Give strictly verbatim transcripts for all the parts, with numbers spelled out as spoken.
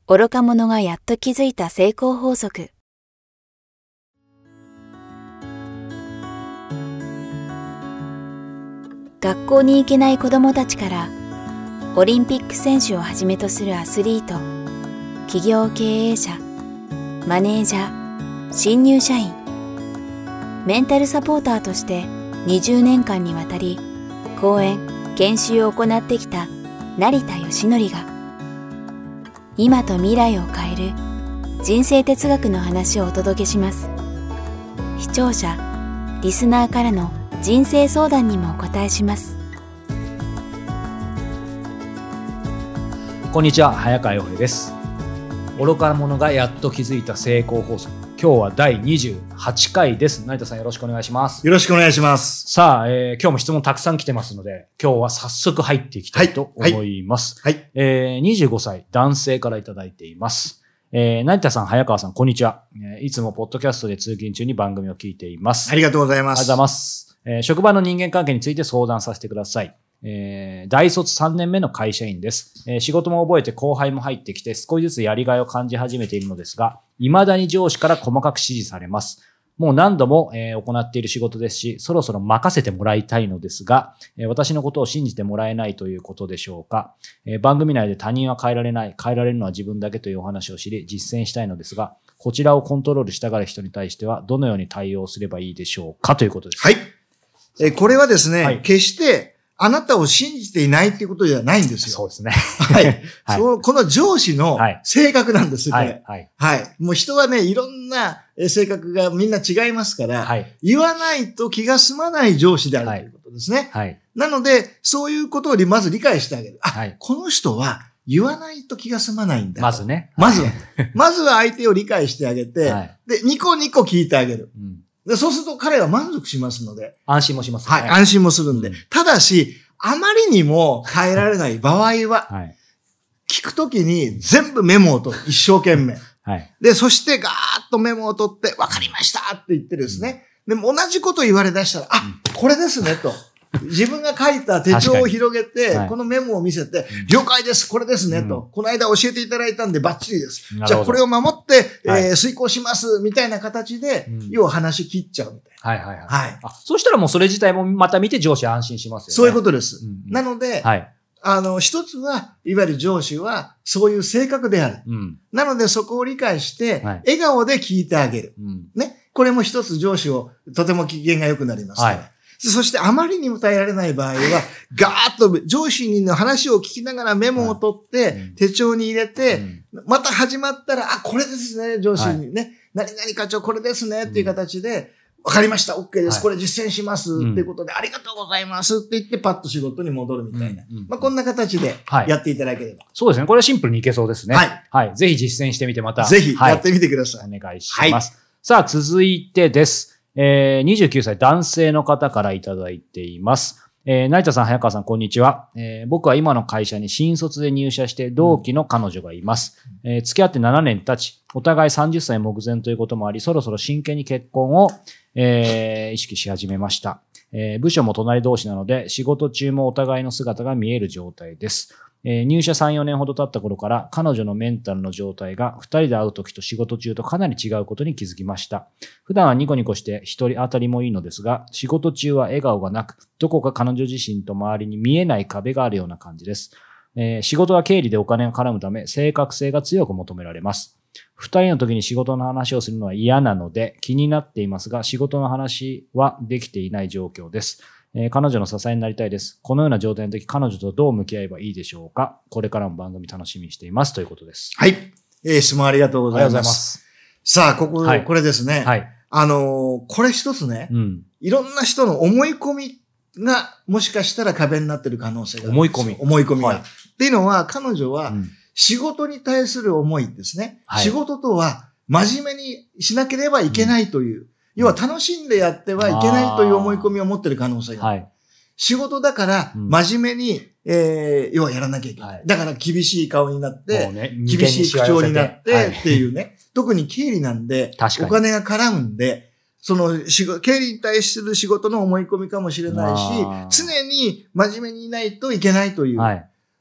愚か者がやっと気づいた成功法則。学校に行けない子どもたちから、オリンピック選手をはじめとするアスリート、企業経営者、マネージャー、新入社員、メンタルサポーターとしてにじゅうねんかんにわたり講演・研修を行ってきた成田義則が、今と未来を変える人生哲学の話をお届けします。視聴者、リスナーからの人生相談にもお答えします。 こんにちは、早川洋平です。愚か者がやっと気づいた成功法則。今日はだいにじゅうはちかいです。成田さん、よろしくお願いします。 よろしくお願いします。 さあ、えー、今日も質問たくさん来てますので、今日は早速入っていきたいと思います。 はいはい、 えー、にじゅうごさい男性からいただいています。えー、成田さん、早川さん、こんにちは。えー、いつもポッドキャストで通勤中に番組を聞いています。 ありがとうございます。 ありがとうございます。えー、職場の人間関係について相談させてください。えー、大卒さんねんめの会社員です、えー。仕事も覚えて後輩も入ってきて少しずつやりがいを感じ始めているのですが、未だに上司から細かく指示されます。もう何度も、えー、行っている仕事ですし、そろそろ任せてもらいたいのですが、えー、私のことを信じてもらえないということでしょうか。えー、番組内で他人は変えられない、変えられるのは自分だけというお話を知り、実践したいのですが、こちらをコントロールしたがる人に対してはどのように対応すればいいでしょうかということです。 はい。えー、これはですね、はい、決してあなたを信じていないっていうことではないんですよ。 そうですね。 はい。はい、そうこの上司の性格なんです、これ。 はい。はい。 はい。もう人はね、いろんな性格がみんな違いますから、はい、言わないと気が済まない上司である、はい、ということですね。はい。なので、そういうことをまず理解してあげる。あ、はい、この人は言わないと気が済まないんだ。 まずね。 まずは。まずは相手を理解してあげて、はい、で、ニコニコ聞いてあげる。うんでそうすると彼は満足しますので。 安心もしますね。 はい、安心もするんで。うん、ただし、あまりにも変えられない場合は、はい、聞くときに全部メモを取る。一生懸命。はい、で、そしてガーッとメモを取って、わかりましたって言ってですね。うん、でも同じこと言われ出したら、あ、これですねと。自分が書いた手帳を広げて、はい、このメモを見せて、了解です、これですね、うん、と。この間教えていただいたんでバッチリです。じゃあこれを守って、はい、えー、遂行します、みたいな形で、うん、要は話切っちゃうみたいな。 はいはいはい。はい。あ、そしたらもうそれ自体もまた見て上司安心しますよね。 そういうことです。うんうん、なので、 はい、 あの、一つは、いわゆる上司は、そういう性格である。うん、なのでそこを理解して、はい、笑顔で聞いてあげる。うん、ね。これも一つ上司を、とても機嫌が良くなりますから。はい、そしてあまりにも耐えられない場合は、ガーッと上司の話を聞きながらメモを取って、はい、手帳に入れて、うん、また始まったら、あ、これですね、上司にね。はい、何々課長これですね、っていう形で、わかりました、OK です、はい、これ実践します、っていうことで、ありがとうございますって言って、パッと仕事に戻るみたいな。うんうん、まあ、こんな形でやっていただければ、はい。 そうですね。これはシンプルにいけそうですね。はい。はい。ぜひ実践してみて、また。 ぜひやってみてください。 はい、お願いします。はい、さあ、続いてです。えー、にじゅうきゅうさい男性の方からいただいています。えー、成田さん、早川さん、こんにちは。えー、僕は今の会社に新卒で入社して同期の彼女がいます。えー、付き合ってななねん経ち、お互いさんじゅっさい目前ということもあり、そろそろ真剣に結婚を、えー、意識し始めました。えー、部署も隣同士なので、仕事中もお互いの姿が見える状態です。えー、入社さん、よねんほど経った頃から彼女のメンタルの状態がふたりで会うときと仕事中とかなり違うことに気づきました。普段はニコニコして一人当たりもいいのですが、仕事中は笑顔がなく、どこか彼女自身と周りに見えない壁があるような感じです。えー、仕事は経理でお金が絡むため、正確性が強く求められます。二人の時に仕事の話をするのは嫌なので気になっていますが、仕事の話はできていない状況です。えー、彼女の支えになりたいです。このような状態の時、彼女とどう向き合えばいいでしょうか。これからも番組楽しみにしていますということです。 はい。えー、質問ありがとうございます。ありがとうございます。さあ、ここ、はい、これですね。はい。あのー、これ一つね、うん、いろんな人の思い込みがもしかしたら壁になっている可能性がある。 思い込み。 思い込みが。はい、っていうのは、彼女は仕事に対する思いですね。はい、仕事とは真面目にしなければいけないという。うん要は楽しんでやってはいけないという思い込みを持っている可能性がある。はい、仕事だから真面目に、うんえー、要はやらなきゃいけない。はい、だから厳しい顔になって、ね、厳しい口調になって、はい、っていうね。特に経理なんで、お金が絡むんで、その仕事、経理に対する仕事の思い込みかもしれないし、常に真面目にいないといけないという。はい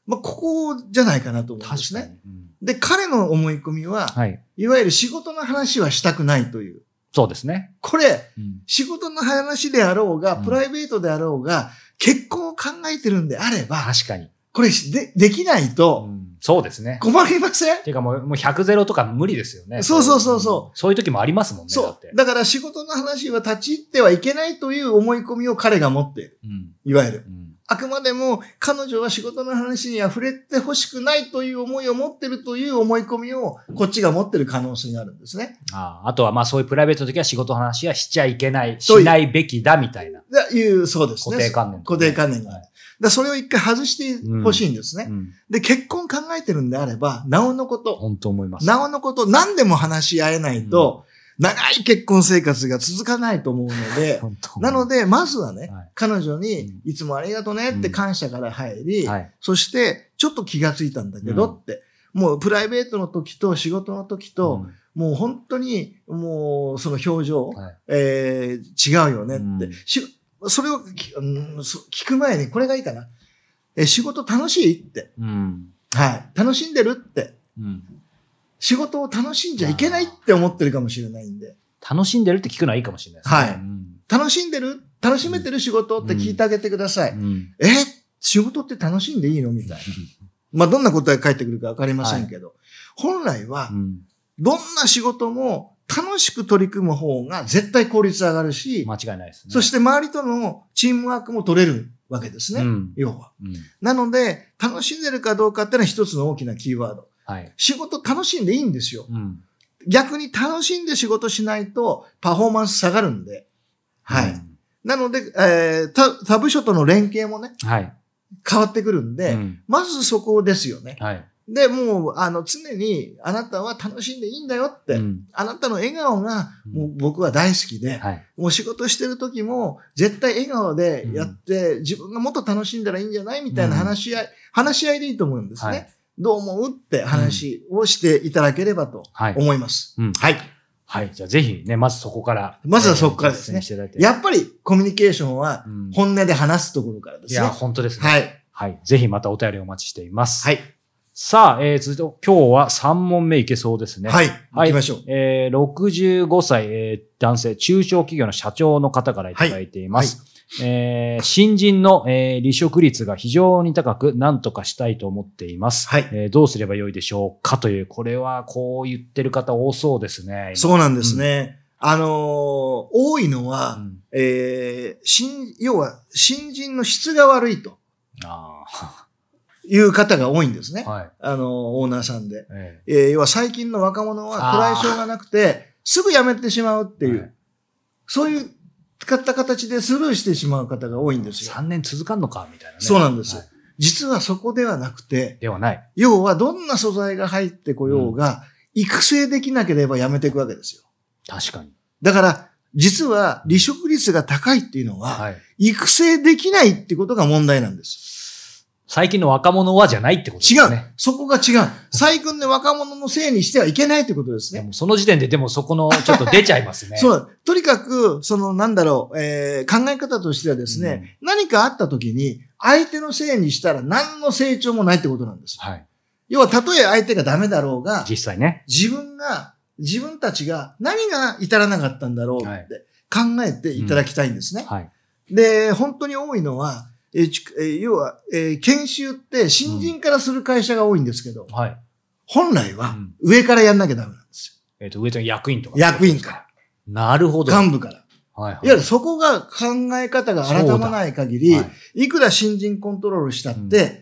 まあ、ここじゃないかなと思うんですね。 確かに。うん、 で、彼の思い込みは、はい、いわゆる仕事の話はしたくないという。 そうですね。 これ、うん、仕事の話であろうが、プライベートであろうが、うん、結婚を考えてるんであれば、 確かに。 これで、できないと、うん、 そうですね。 困りません？ っていうかもう、もうひゃくゼロとか無理ですよね。 そうそうそうそう。 そういう時もありますもんね。 そう。だって。だから仕事の話は立ち入ってはいけないという思い込みを彼が持っている。うん、いわゆる。うん、あくまでも彼女は仕事の話には触れてほしくないという思いを持ってるという思い込みをこっちが持ってる可能性があるんですね。 ああ、あとはまあそういうプライベートの時は仕事の話はしちゃいけない、しないべきだみたいな。 いう、そうですね。 固定観念、ね。 固定観念がある。だそれを一回外してほしいんですね、うんうん。で、結婚考えてるんであれば、なおのこと。 本当思います。 なおのこと、何でも話し合えないと、うん、長い結婚生活が続かないと思うので、なので、まずはね、はい、彼女に、いつもありがとうねって感謝から入り、うんはい、そして、ちょっと気がついたんだけどって、うん、もうプライベートの時と仕事の時と、うん、もう本当に、もうその表情、はい、えー、違うよねって、うんそれを聞く前にこれがいいかな。え、仕事楽しいって、うん。はい。楽しんでるって、うん。仕事を楽しんじゃいけないって思ってるかもしれないんで。 楽しんでるって聞くのはいいかもしれないですね。 はい。うん、楽しんでる楽しめてる仕事って聞いてあげてください。うん、え仕事って楽しんでいいのみたいな。まあ、どんな答えが返ってくるかわかりませんけど。はい、本来は、どんな仕事も、楽しく取り組む方が絶対効率上がるし、 間違いないですね。 そして周りとのチームワークも取れるわけですね。うん、要は、うん。なので、楽しんでるかどうかっていうのは一つの大きなキーワード。はい、仕事楽しんでいいんですよ、うん。逆に楽しんで仕事しないとパフォーマンス下がるんで。はい。うん、なので、えー、他、他部署との連携もね、はい、変わってくるんで、うん、まずそこですよね。はいで、もう、あの、常に、あなたは楽しんでいいんだよって、うん、あなたの笑顔が、もう僕は大好きで、うんはい、もう仕事してる時も、絶対笑顔でやって、うん、自分がもっと楽しんだらいいんじゃないみたいな話し合い、うん、話し合いでいいと思うんですね。はい、どう思うって話をしていただければと思います。 うん、はい。はい。じゃあぜひね、まずそこから。 まずはそこからですね。やっぱりコミュニケーションは本音で話すところからですね。 いや、本当ですね。 はい。 はい。ぜひまたお便りお待ちしています。 はい。 さあ、えー、続いて、今日はさん問目いけそうですね。 はい。行きましょう。 えー、ろくじゅうごさい、えー、男性、中小企業の社長の方からいただいています。はいはい、えー、新人の、えー、離職率が非常に高く、何とかしたいと思っています。はい。えー、どうすればよいでしょうかという、これはこう言ってる方多そうですね。 そうなんですね。うん、あのー、多いのは、うん、えー、新、要は、新人の質が悪いと。ああ。いう方が多いんですね。はい。あの、オーナーさんで。えええー、要は最近の若者は暗い性がなくて、すぐ辞めてしまうっていう、はい、そういうった形でスルーしてしまう方が多いんですよ。 さんねん続かんのかみたいなね。 そうなんですよ。はい、実はそこではなくて。 ではない。 要はどんな素材が入ってこようが、うん、育成できなければ辞めていくわけですよ。 確かに。 だから、実は離職率が高いっていうのは、はい、育成できないってことが問題なんです。 最近の若者はじゃないってことですね。 違う。そこが違う。最近の若者のせいにしてはいけないってことですね。 でもその時点ででもそこのちょっと出ちゃいますね。 そう。とにかく、そのなんだろう、えー、考え方としてはですね、うん、何かあった時に相手のせいにしたら何の成長もないってことなんです。はい。要は、たとえ相手がダメだろうが、 実際ね。 自分が、自分たちが何が至らなかったんだろうって考えていただきたいんですね。はい。うん、で、本当に多いのは、えー、要は、えー、研修って新人からする会社が多いんですけど、うん、はい。本来は上からやんなきゃダメなんですよ。 えっと、上と役員とか。 役員から。 なるほど。 幹部から。はい、はい。いわゆるそこが考え方が改まない限り、はい、いくら新人コントロールしたって、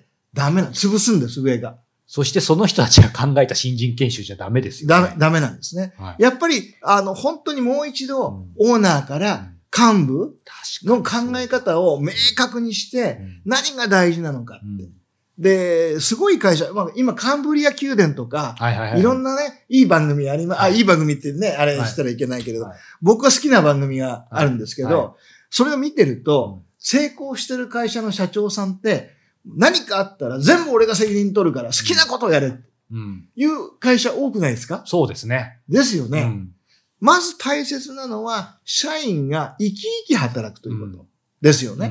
ダメな、潰すんです、上が。 そしてその人たちが考えた新人研修じゃダメですよね。 ダメ、ダメなんですね。はい、やっぱり、あの、本当にもう一度、オーナーから、うん幹部の考え方を明確にして何が大事なのかって。うん、で、すごい会社、まあ、今カンブリア宮殿とか、はいはいはい、いろんなね、いい番組ありま、はい、あ、いい番組ってね、あれしたらいけないけれど、はい、僕は好きな番組があるんですけど、はいはい、それを見てると、成功してる会社の社長さんって何かあったら全部俺が責任取るから好きなことをやれっていう会社多くないですか？ そうですね。 ですよね。うんまず大切なのは、社員が生き生き働くということですよね。うんうん、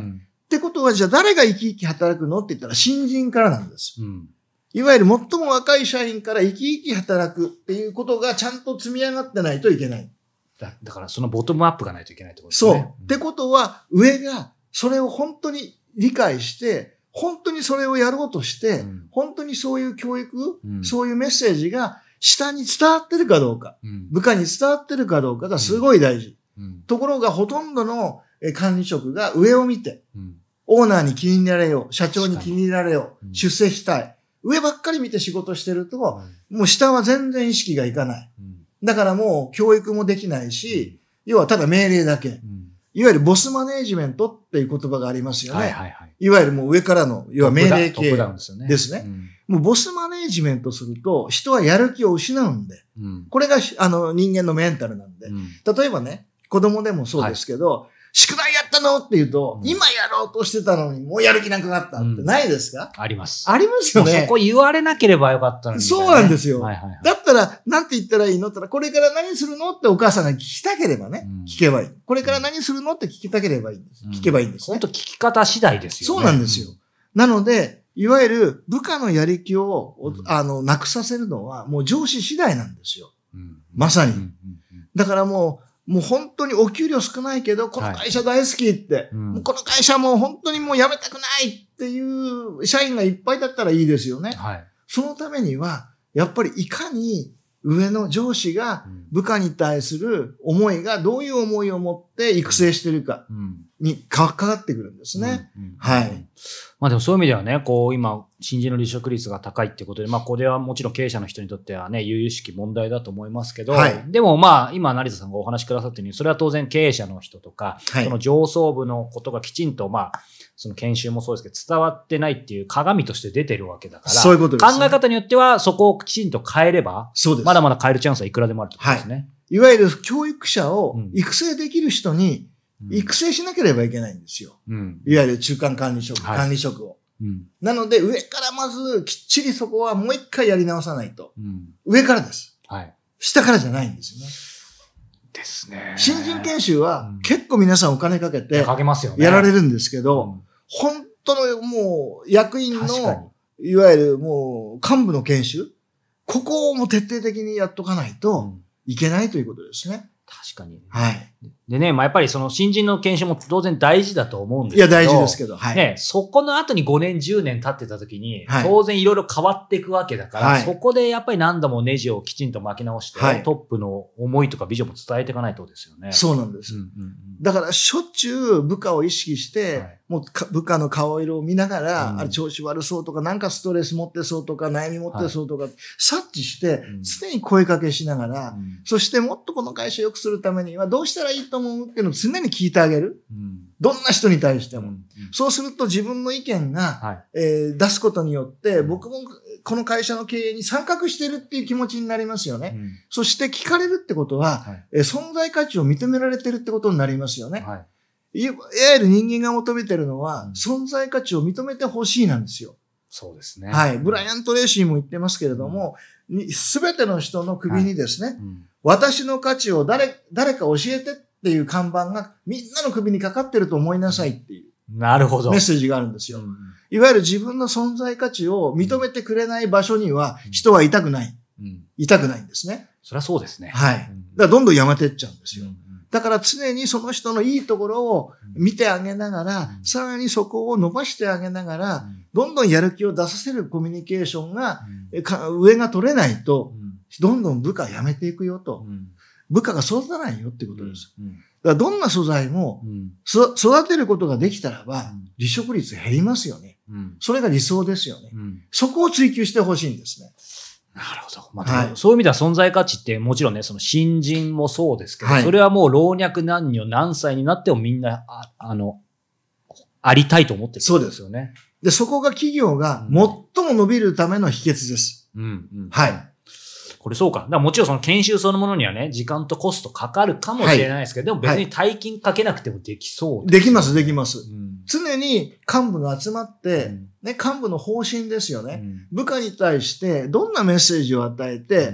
ってことは、じゃあ誰が生き生き働くのって言ったら新人からなんです。うん、いわゆる最も若い社員から生き生き働くっていうことがちゃんと積み上がってないといけない。 だ, だからそのボトムアップがないといけないってことですね。 そう。うん、ってことは、上がそれを本当に理解して、本当にそれをやろうとして、うん、本当にそういう教育、うん、そういうメッセージが下に伝わってるかどうか、うん、部下に伝わってるかどうかがすごい大事。うん、ところがほとんどの管理職が上を見て、うん、オーナーに気に入られよう、社長に気に入られよう、うん、出世したい。上ばっかり見て仕事してると、うん、もう下は全然意識がいかない。うん、だからもう教育もできないし、要はただ命令だけ。うん、いわゆるボスマネージメントっていう言葉がありますよね。はいはいはい、いわゆるもう上からの、要は命令系ですね。もうボスマネージメントすると人はやる気を失うんで、うん、これがあの人間のメンタルなんで、うん、例えばね、子供でもそうですけど、はい、宿題やったのって言うと、うん、今やろうとしてたのにもうやる気なくなったってないですか？うん、 あります。 ありますよね。 そこ言われなければよかったのに、ね。 そうなんですよ。はいはいはい、だったら、なんて言ったらいいのって言ったら、これから何するのってお母さんが聞きたければね、うん、聞けばいい。これから何するのって聞きたければいいんです。うん、聞けばいいんです、ね。 本当聞き方次第ですよね。 そうなんですよ。うん、なので、いわゆる部下のやる気を、うん、あの、なくさせるのはもう上司次第なんですよ。うん、まさに、うんうんうん。だからもう、もう本当にお給料少ないけど、この会社大好きって、はい、もうこの会社もう本当にもう辞めたくないっていう社員がいっぱいだったらいいですよね。はい、そのためには、やっぱりいかに上の上司が部下に対する思いがどういう思いを持って育成しているかに関わってくるんですね。うんうん、はい。 まあでもそういう意味ではね、こう今、新人の離職率が高いってことで、まあこれはもちろん経営者の人にとってはね、由々しき問題だと思いますけど、はい、でもまあ今成田さんがお話しくださってるように、それは当然経営者の人とか、はい、その上層部のことがきちんとまあ、その研修もそうですけど、伝わってないっていう鏡として出てるわけだから、 そういうことですね。 考え方によってはそこをきちんと変えれば、そうです。まだまだ変えるチャンスはいくらでもあるってことですね。はい。 いわゆる教育者を育成できる人に育成しなければいけないんですよ。うん、いわゆる中間管理職、はい、管理職を。うん、なので上からまずきっちりそこはもう一回やり直さないと。うん、上からです。はい。下からじゃないんですよね。 ですね。 新人研修は結構皆さんお金かけてやられるんですけど、うん、本当のもう役員のいわゆるもう幹部の研修、ここをもう徹底的にやっとかないといけないということですね。 確かに。 はい。 でね、まあ、やっぱりその新人の研修も当然大事だと思うんですけど。 いや、大事ですけど。はい。 ね、そこの後にごねん、じゅうねん経ってた時に、はい、当然いろいろ変わっていくわけだから、はい、そこでやっぱり何度もネジをきちんと巻き直して、はい、トップの思いとかビジョンも伝えていかないとですよね。 そうなんです。うんうんうん、だから、しょっちゅう部下を意識して、はい、もう部下の顔色を見ながら、うん、あれ調子悪そうとか、なんかストレス持ってそうとか、悩み持ってそうとか、はい、察知して、常に声かけしながら、うん、そしてもっとこの会社を良くするためにはどうしたらいいと思うっていうのを常に聞いてあげる。うん、どんな人に対しても。うんうん、そうすると自分の意見が、はい、えー、出すことによって、僕もこの会社の経営に参画してるっていう気持ちになりますよね。うん、そして聞かれるってことは、はい、えー、存在価値を認められてるってことになりますよね。はい、いわゆる人間が求めてるのは、うん、存在価値を認めてほしいなんですよ。 そうですね。 はい。ブライアント・レーシーも言ってますけれども、すべ、うん、ての人の首にですね、はい、うん、私の価値を誰、誰か教えてっていう看板がみんなの首にかかってると思いなさいっていう。 なるほど。 メッセージがあるんですよ。うん、いわゆる自分の存在価値を認めてくれない場所には人はいたくない。うん、いたくないんですね。 そりゃそうですね。 はい。だからどんどんやめてっちゃうんですよ。うん、だから常にその人のいいところを見てあげながら、うん、さらにそこを伸ばしてあげながら、うん、どんどんやる気を出させるコミュニケーションが、うん、か上が取れないと、うん、どんどん部下やめていくよと。うん、部下が育たないよってことです。うんうん、だからどんな素材も、うん、育てることができたらば、うん、離職率減りますよね。うん、それが理想ですよね。うん、そこを追求してほしいんですね。 なるほど。まあ、はい、そういう意味では存在価値ってもちろんね、その新人もそうですけど、はい、それはもう老若男女何歳になってもみんな、あ, あの、ありたいと思ってるんですよね。 で、そこが企業が最も伸びるための秘訣です。うんうん、はい。 これそうか。だからもちろんその研修そのものにはね、時間とコストかかるかもしれないですけど、はい、でも別に大金かけなくてもできそうです、ね、できます、できます。うん、常に幹部が集まって、うん、ね、幹部の方針ですよね、うん。部下に対してどんなメッセージを与えて、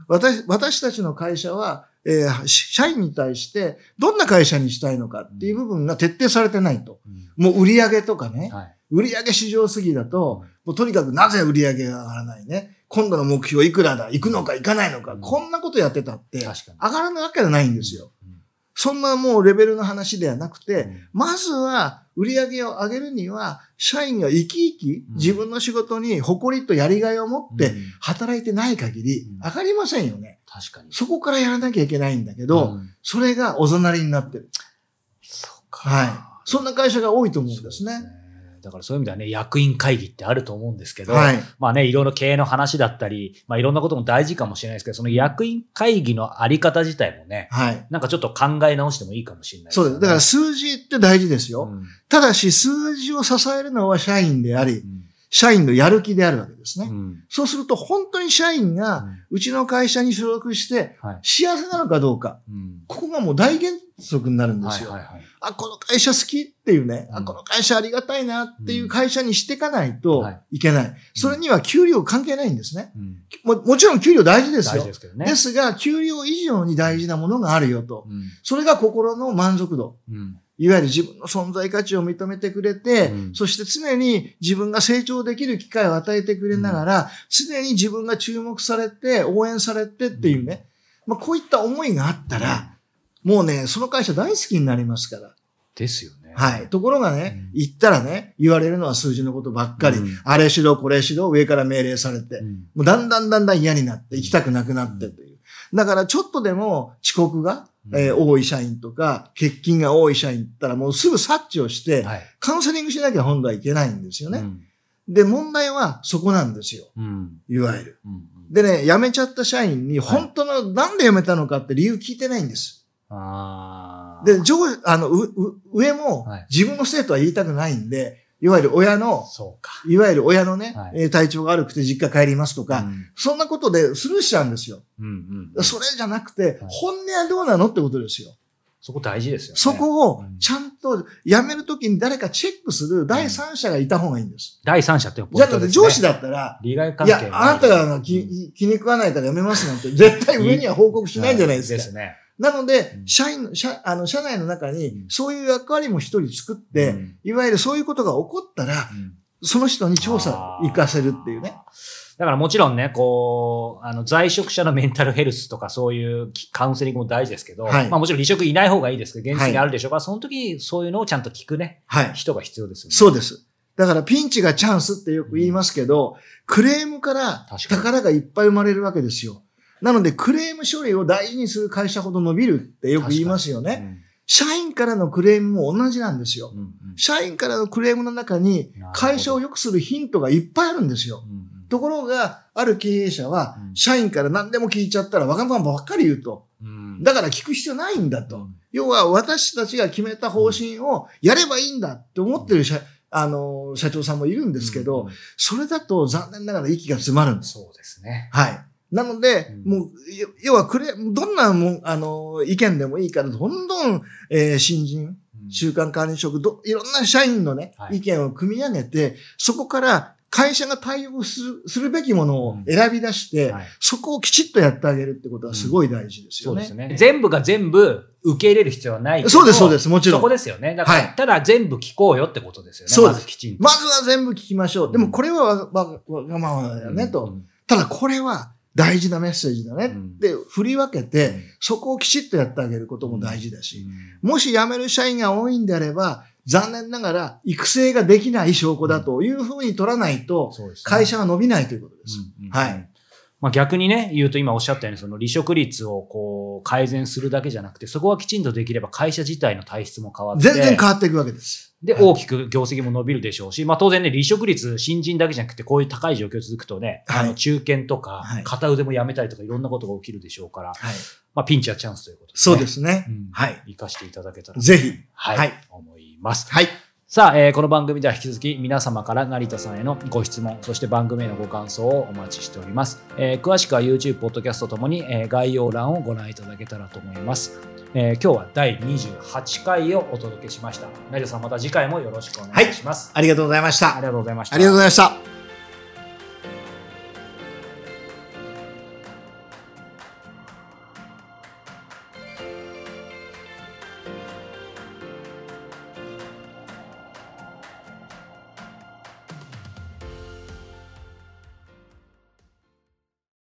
私、私たちの会社は、えー、社員に対してどんな会社にしたいのかっていう部分が徹底されてないと。うん、もう売り上げとかね、はい、売り上げ市場過ぎだと、もうとにかくなぜ売り上げが上がらないね。今度の目標いくらだ、行くのか行かないのか、うん、こんなことやってたって、上がらないわけじゃないんですよ。うん、そんなもうレベルの話ではなくて、うん、まずは売り上げを上げるには、社員が生き生き、自分の仕事に誇りとやりがいを持って働いてない限り、上がりませんよね。 確かに。 そこからやらなきゃいけないんだけど、うん、それがおざなりになってる。 そうか。 はい。そんな会社が多いと思うんですね。 だからそういう意味ではね、役員会議ってあると思うんですけど、はい、まあね、いろいろ経営の話だったり、まあいろんなことも大事かもしれないですけど、その役員会議のあり方自体もね、はい、なんかちょっと考え直してもいいかもしれないですね。 そうです。だから数字って大事ですよ。うん、ただし数字を支えるのは社員であり、うん、社員のやる気であるわけですね。うん、そうすると本当に社員がうちの会社に所属して幸せなのかどうか、うん、ここがもう大原則になるんですよ。はいはいはい、あ、この会社好きっていうね、うん、あ、この会社ありがたいなっていう会社にしていかないといけない。うんはい、それには給料関係ないんですね。うん、も, もちろん給料大事ですよ。大事ですけどね。ですが、給料以上に大事なものがあるよと。うん、それが心の満足度。うんいわゆる自分の存在価値を認めてくれて、うん、そして常に自分が成長できる機会を与えてくれながら、うん、常に自分が注目されて、応援されてっていうね、うんまあ、こういった思いがあったら、もうね、その会社大好きになりますから。 ですよね。 はい。ところがね、うん、言ったらね、言われるのは数字のことばっかり、うん、あれしろこれしろ上から命令されて、うん、もうだんだんだんだん嫌になって行きたくなくなってという。だからちょっとでも遅刻が、えー、多い社員とか、欠勤が多い社員ったらもうすぐ察知をして、はい、カウンセリングしなきゃ本来いけないんですよね。うん、で、問題はそこなんですよ。うん、いわゆる、うんうん。でね、辞めちゃった社員に本当の、はい、なんで辞めたのかって理由聞いてないんです。あで、上、あの、う、う、上も自分のせいとは言いたくないんで、いわゆる親の、そうか。いわゆる親のね、はい、体調が悪くて実家帰りますとか、うん、そんなことでスルーしちゃうんですよ。うんうんうん、それじゃなくて、はい、本音はどうなのってことですよ。 そこ大事ですよね。 そこをちゃんと辞めるときに誰かチェックする第三者がいた方がいいんです。 うん、第三者ってポイントですね。 じゃあ上司だったら、 利害関係いや、あなたが気、気に食わないから辞めますなんて絶対上には報告しないじゃないですか。ですね。なので、うん、社員、社、あの、社内の中に、そういう役割も一人作って、うん、いわゆるそういうことが起こったら、うん、その人に調査行かせるっていうね。 だからもちろんね、こう、あの、在職者のメンタルヘルスとかそういうカウンセリングも大事ですけど、はい、まあもちろん離職いない方がいいですけど、現実にあるでしょうから、はい、その時にそういうのをちゃんと聞くね、はい、人が必要ですよね。 そうです。だからピンチがチャンスってよく言いますけど、うん、クレームから宝がいっぱい生まれるわけですよ。なので、クレーム処理を大事にする会社ほど伸びるってよく言いますよね。うん、社員からのクレームも同じなんですよ。うんうん、社員からのクレームの中に会社を良くするヒントがいっぱいあるんですよ。うんうん、ところが、ある経営者は、社員から何でも聞いちゃったらわがままばっかり言うと。うん、だから聞く必要ないんだと。うん、要は、私たちが決めた方針をやればいいんだって思ってる社、あの、社長さんもいるんですけど、うんうん、それだと残念ながら息が詰まるんです。 そうですね。 はい。なので、うん、もう、要はくれ、どんなもん、あの、意見でもいいから、どんどん、えー、新人、中間管理職、ど、いろんな社員のね、はい、意見を組み上げて、そこから会社が対応する、するべきものを選び出して、うんはい、そこをきちっとやってあげるってことはすごい大事ですよね。 うん、そうですね。全部が全部受け入れる必要はないけど。 そうです、そうです、もちろん。 そこですよね。だから、はい、ただ全部聞こうよってことですよね。 そうです。 まずきちんと。 まずは全部聞きましょう。うん、でもこれはわ、わ、わがままだよね、と。うん、ただこれは、大事なメッセージだね。うん、で、振り分けて、うん、そこをきちっとやってあげることも大事だし、うん、もし辞める社員が多いんであれば、残念ながら育成ができない証拠だというふうに取らないと、会社が伸びないということです。うんうん、はい。 まあ逆にね、言うと今おっしゃったように、その離職率をこう改善するだけじゃなくて、そこはきちんとできれば会社自体の体質も変わって。 全然変わっていくわけです。 で、はい、大きく業績も伸びるでしょうし、まあ当然ね、離職率、新人だけじゃなくて、こういう高い状況続くとね、はい、あの、中堅とか、片腕も辞めたりとか、いろんなことが起きるでしょうから、はい、まあピンチはチャンスということで、ね。 そうですね。うん、 はい。活かしていただけたら。 ぜひ。 はい。はい、思います。 はい。 さあ、えー、この番組では引き続き皆様から成田さんへのご質問、そして番組へのご感想をお待ちしております。えー、詳しくは YouTube、Podcast ともに、えー、概要欄をご覧いただけたらと思います。えー、今日はだいにじゅうはちかいをお届けしました。成田さん、また次回もよろしくお願いします。 はい、ありがとうございました。 ありがとうございました。 ありがとうございました。